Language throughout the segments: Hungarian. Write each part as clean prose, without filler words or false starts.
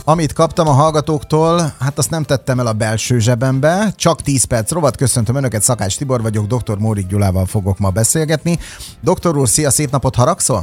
Amit kaptam a hallgatóktól, hát azt nem tettem el a belső zsebembe. Csak 10 perc rovat, köszöntöm Önöket, Szakács Tibor vagyok, dr. Mórik Gyulával fogok ma beszélgetni. Doktor úr, szia, szép napot, haragszol?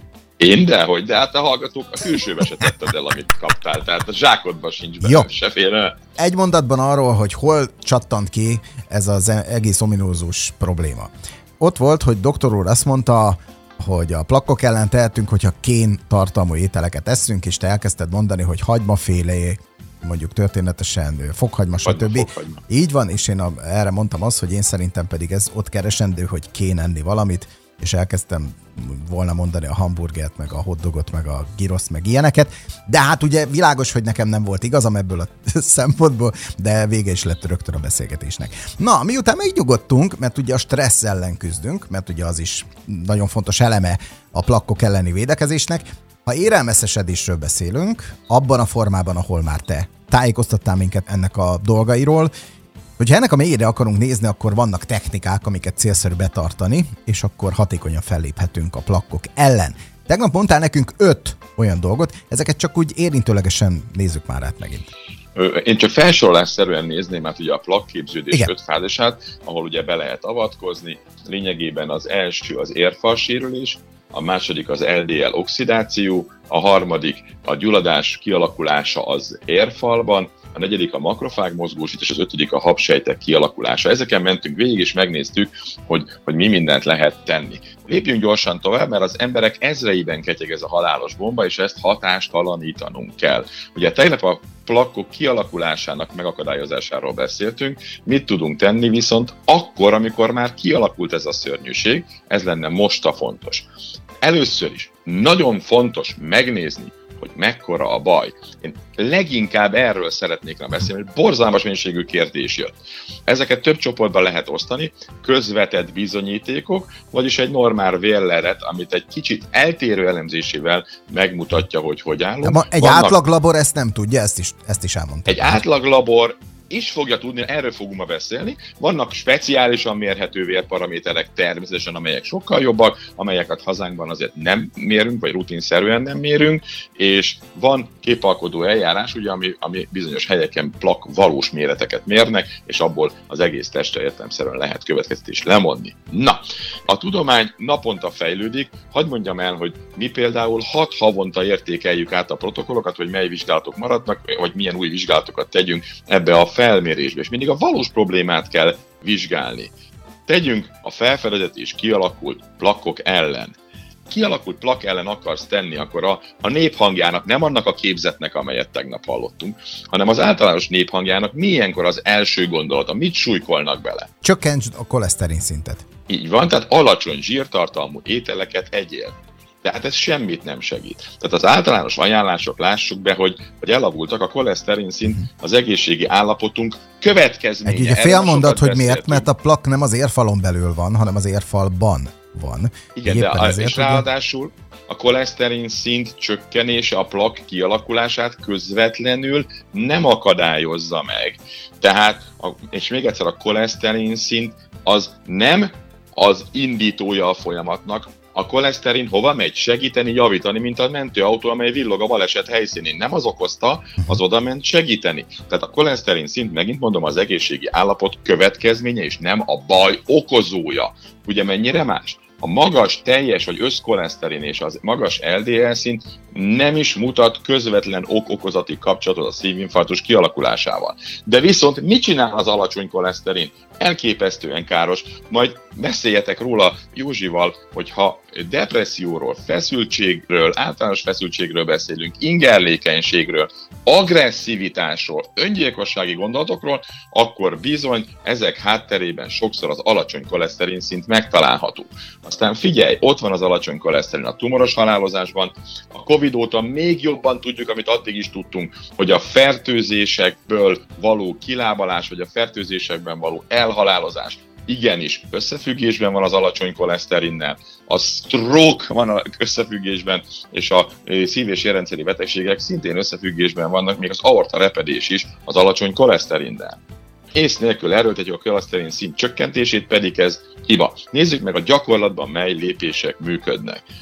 Én dehogy, de hát a hallgatók a külsőbe se tetted el, amit kaptál, tehát a zsákodban sincs benne, se félre. Egy mondatban arról, hogy hol csattant ki ez az egész ominózus probléma. Ott volt, hogy doktor úr azt mondta, hogy a plakkok ellen tehetünk, hogyha kén tartalmú ételeket eszünk, és te elkezdted mondani, hogy hagymafélé, mondjuk történetesen fokhagyma, stb. Fokhagyma. Így van, és én erre mondtam azt, hogy én szerintem pedig ez ott keresendő, hogy kén enni valamit, és elkezdtem volna mondani a hamburgert, meg a hotdogot, meg a giroszt, meg ilyeneket. De hát ugye világos, hogy nekem nem volt igazam ebből a szempontból, de vége is lett rögtön a beszélgetésnek. Na, miután megnyugodtunk, mert ugye a stressz ellen küzdünk, mert ugye az is nagyon fontos eleme a plakkok elleni védekezésnek. Ha érelmeszesedésről beszélünk, abban a formában, ahol már te tájékoztattál minket ennek a dolgairól, hogyha ennek a mélyére akarunk nézni, akkor vannak technikák, amiket célszerű betartani, és akkor hatékonyan felléphetünk a plakkok ellen. Tegnap mondtál nekünk 5 olyan dolgot, ezeket csak úgy érintőlegesen nézzük már át megint. Én csak felsorolásszerűen nézném át ugye a plakképződés 5 fázisát, ahol ugye be lehet avatkozni. Lényegében az első az érfalsérülés, a második az LDL oxidáció, a harmadik a gyulladás kialakulása az érfalban, a negyedik a makrofág mozgósítás, az ötödik a habsejtek kialakulása. Ezeken mentünk végig, és megnéztük, hogy mi mindent lehet tenni. Lépjünk gyorsan tovább, mert az emberek ezreiben ketyeg ez a halálos bomba, és ezt hatástalanítanunk kell. Ugye tegnap a plakkok kialakulásának megakadályozásáról beszéltünk, mit tudunk tenni viszont akkor, amikor már kialakult ez a szörnyűség, ez lenne most a fontos. Először is nagyon fontos megnézni, hogy mekkora a baj. Én leginkább erről szeretnék beszélni, hogy borzalmas mennyiségű kérdés jött. Ezeket több csoportban lehet osztani, közvetett bizonyítékok, vagyis egy normál vérlelet, amit egy kicsit eltérő elemzésével megmutatja, hogy állunk. Egy átlaglabor ezt nem tudja, ezt is elmondtam. Egy átlaglabor is fogja tudni, erről fogunk ma beszélni. Vannak speciálisan mérhető vérparaméterek természetesen, amelyek sokkal jobbak, amelyeket hazánkban azért nem mérünk, vagy rutinszerűen nem mérünk, és van képalkodó eljárás, ugye, ami bizonyos helyeken plakk valós méreteket mérnek, és abból az egész testre értelemszerűen lehet következtetést lemondni. Na, a tudomány naponta fejlődik, hadd mondjam el, hogy mi például 6 havonta értékeljük át a protokollokat, hogy mely vizsgálatok maradnak, vagy milyen új vizsgálatokat tegyünk ebbe a felmérésbe, és mindig a valós problémát kell vizsgálni. Tegyünk a felfedezett és kialakult plakkok ellen. Kialakult plakk ellen akarsz tenni, akkor a néphangjának, nem annak a képzetnek, amelyet tegnap hallottunk, hanem az általános néphangjának milyenkor az első gondolata, mit súlykolnak bele. Csökkentsd a koleszterin szintet. Így van, tehát alacsony zsírtartalmú ételeket egyél. De hát ez semmit nem segít. Tehát az általános ajánlások, lássuk be, hogy elavultak, a koleszterin szint az egészségi állapotunk következménye. Egy félmondat, hogy miért, mert a plakk nem az érfalon belül van, hanem az érfalban van. Igen, és ráadásul a koleszterin szint csökkenése a plakk kialakulását közvetlenül nem akadályozza meg. Tehát, és még egyszer, a koleszterin szint az nem az indítója a folyamatnak. A koleszterin hova megy? Segíteni, javítani, mint a mentőautó, amely villog a baleset helyszínén. Nem az okozta, az oda ment segíteni. Tehát a koleszterin szint, megint mondom, az egészségi állapot következménye, és nem a baj okozója. Ugye mennyire más? A magas teljes vagy összkoleszterin és az magas LDL szint nem is mutat közvetlen ok-okozati kapcsolatot a szívinfarktus kialakulásával. De viszont mit csinál az alacsony koleszterin? Elképesztően káros. Majd beszéljetek róla Józsival, hogyha depresszióról, feszültségről, általános feszültségről beszélünk, ingerlékenységről, agresszivitásról, öngyilkossági gondolatokról, akkor bizony ezek hátterében sokszor az alacsony koleszterin szint megtalálható. Aztán figyelj, ott van az alacsony koleszterin a tumoros halálozásban. A Covid óta még jobban tudjuk, amit addig is tudtunk, hogy a fertőzésekből való kilábalás, vagy a fertőzésekben való elhalálozás igenis összefüggésben van az alacsony koleszterinnel. A stroke van összefüggésben, és a szív- és érrendszeri betegségek szintén összefüggésben vannak, még az aorta repedés is az alacsony koleszterinnel. Ész nélkül erőltetjük a koleszterin szint csökkentését, pedig ez hiba. Nézzük meg a gyakorlatban mely lépések működnek.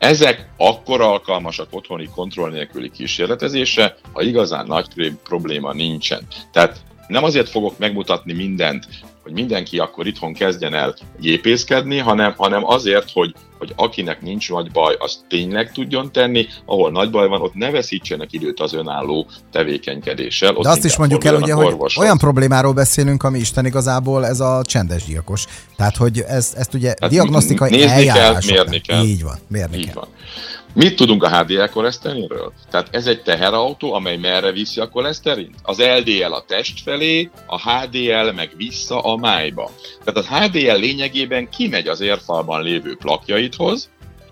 Ezek akkor alkalmasak otthoni kontroll nélküli kísérletezésre, ha igazán nagy probléma nincsen. Tehát nem azért fogok megmutatni mindent, hogy mindenki akkor itthon kezdjen el gépészkedni, hanem azért, hogy akinek nincs nagy baj, az tényleg tudjon tenni, ahol nagy baj van, ott ne veszítsenek időt az önálló tevékenykedéssel. De azt is mondjuk el, ugye, hogy olyan problémáról beszélünk, ami Isten igazából ez a csendes gyilkos. Tehát, hogy ezt ugye diagnosztikai eljárások. Mérni kell. Így van, mérni kell. Van. Mit tudunk a HDL koleszterinről? Tehát ez egy teherautó, amely merre viszi a koleszterint? Az LDL a test felé, a HDL meg vissza a májba. Tehát a HDL lényegében kimegy az érfalban lévő plakjaidhoz,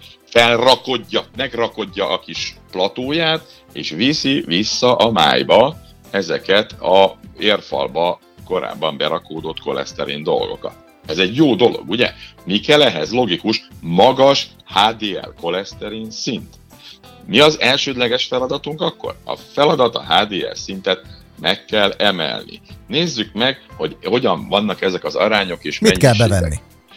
megrakodja a kis platóját, és viszi vissza a májba ezeket a érfalba korábban berakódott koleszterin dolgokat. Ez egy jó dolog, ugye? Mi kell ehhez? Logikus, magas HDL koleszterin szint. Mi az elsődleges feladatunk akkor? A feladat a HDL szintet meg kell emelni. Nézzük meg, hogy hogyan vannak ezek az arányok és mit kell bevenni?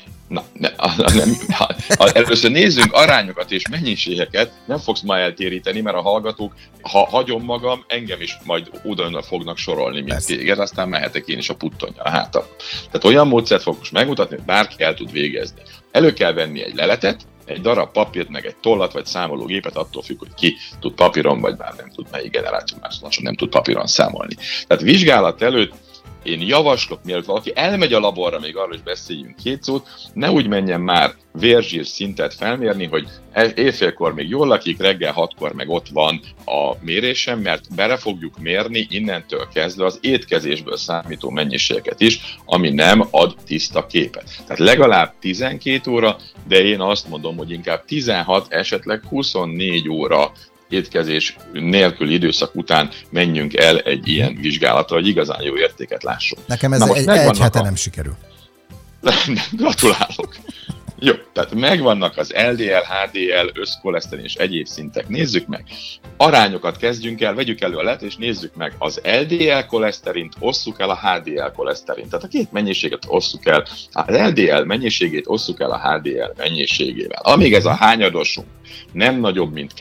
Először nézzünk arányokat és mennyiségeket, nem fogsz ma eltéríteni, mert a hallgatók, ha hagyom magam, engem is majd oda fognak sorolni, mint téged, aztán mehetek én is a puttonnyal a hátam. Tehát olyan módszert fogok most megmutatni, hogy bárki el tud végezni. Elő kell venni egy leletet, egy darab papírt, meg egy tollat, vagy számológépet, attól függ, hogy ki tud papíron, vagy már nem tud, melyik generáció már lassan nem tud papíron számolni. Tehát vizsgálat előtt én javaslok, mielőtt valaki elmegy a laborra, még arról is beszéljünk két szót, ne úgy menjen már vérzsír szintet felmérni, hogy éjfélkor még jól lakik, reggel 6-kor meg ott van a mérésem, mert bele fogjuk mérni innentől kezdve az étkezésből számító mennyiségeket is, ami nem ad tiszta képet. Tehát legalább 12 óra, de én azt mondom, hogy inkább 16, esetleg 24 óra étkezés nélküli időszak után menjünk el egy ilyen vizsgálatra, hogy igazán jó értéket lássuk. Nekem ez egy hete nem sikerül. Gratulálok. Jó, tehát megvannak az LDL, HDL, összkoleszterin és egyéb szintek. Nézzük meg. Arányokat kezdjünk el, vegyük elő a lehet, és nézzük meg. Az LDL koleszterint osszuk el a HDL koleszterint. Tehát a két mennyiséget osszuk el. Az LDL mennyiségét osszuk el a HDL mennyiségével. Amíg ez a hányadosunk nem nagyobb, mint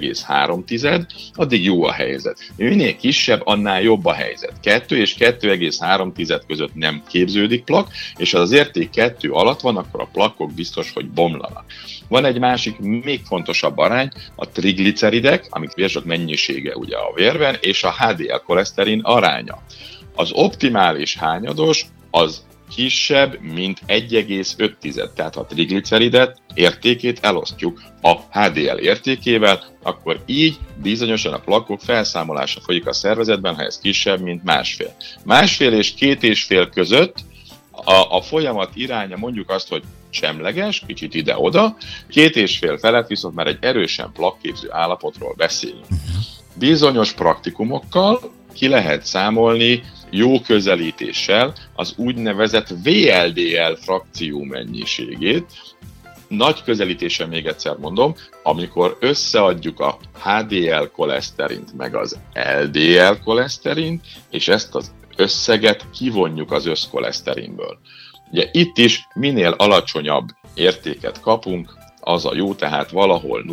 2,3, addig jó a helyzet. Minél kisebb, annál jobb a helyzet. 2 és 2,3 között nem képződik plak, és ha az érték 2 alatt van, akkor a plakok biztos, hogy bomlanak. Van egy másik, még fontosabb arány, a trigliceridek, amik vérzsok mennyisége ugye a vérben, és a HDL koleszterin aránya. Az optimális hányados az kisebb, mint 1,5, tehát ha a trigliceridet értékét elosztjuk a HDL értékével, akkor így bizonyosan a plakok felszámolása folyik a szervezetben, ha ez kisebb, mint 1,5. 1,5 és 2,5 között a folyamat iránya mondjuk azt, hogy semleges, kicsit ide-oda, 2,5 felett viszont már egy erősen plakképző állapotról beszélünk. Bizonyos praktikumokkal ki lehet számolni jó közelítéssel az úgynevezett VLDL frakció mennyiségét. Nagy közelítéssel még egyszer mondom, amikor összeadjuk a HDL koleszterint meg az LDL koleszterint, és ezt az összeget kivonjuk az összkoleszterinből. Ugye itt is minél alacsonyabb értéket kapunk, az a jó, tehát valahol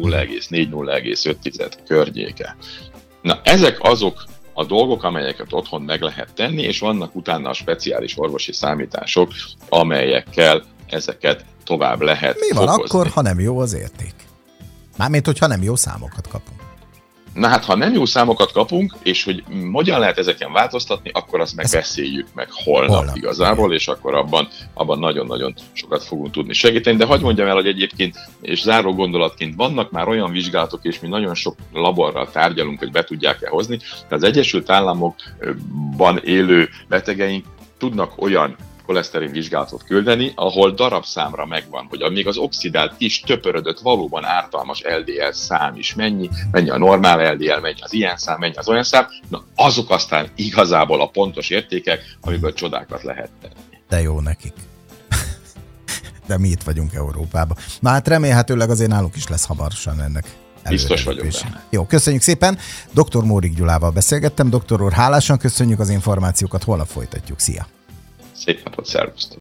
0,4-0,5 környéke. Na, ezek azok a dolgok, amelyeket otthon meg lehet tenni, és vannak utána a speciális orvosi számítások, amelyekkel ezeket tovább lehet Mi van fokozni. akkor, ha nem jó az érték? Mármint, hogyha nem jó számokat kapunk. Na hát, ha nem jó számokat kapunk, és hogy hogyan lehet ezeken változtatni, akkor azt megbeszéljük meg holnap igazából, és akkor abban nagyon-nagyon sokat fogunk tudni segíteni. De hadd mondjam el, hogy egyébként, és záró gondolatként vannak már olyan vizsgálatok, és mi nagyon sok laborral tárgyalunk, hogy be tudják-e hozni, de az Egyesült Államokban élő betegeink tudnak olyan koleszterin vizsgálatot küldeni, ahol darabszámra megvan, hogy még az oxidált kis töpörödött valóban ártalmas LDL szám is mennyi a normál LDL, mennyi az ilyen szám, mennyi az olyan szám, na azok aztán igazából a pontos értékek, amiből csodákat lehet tenni. De jó nekik. De mi itt vagyunk Európában. Na hát remélhetőleg azért náluk is lesz hamarosan ennek. Biztos vagyok benne. Jó, köszönjük szépen. Dr. Mórik Gyulával beszélgettem. Doktor úr, hálásan köszönjük az információkat, holnap folytatjuk. Szia! Szép napot, szervusztok!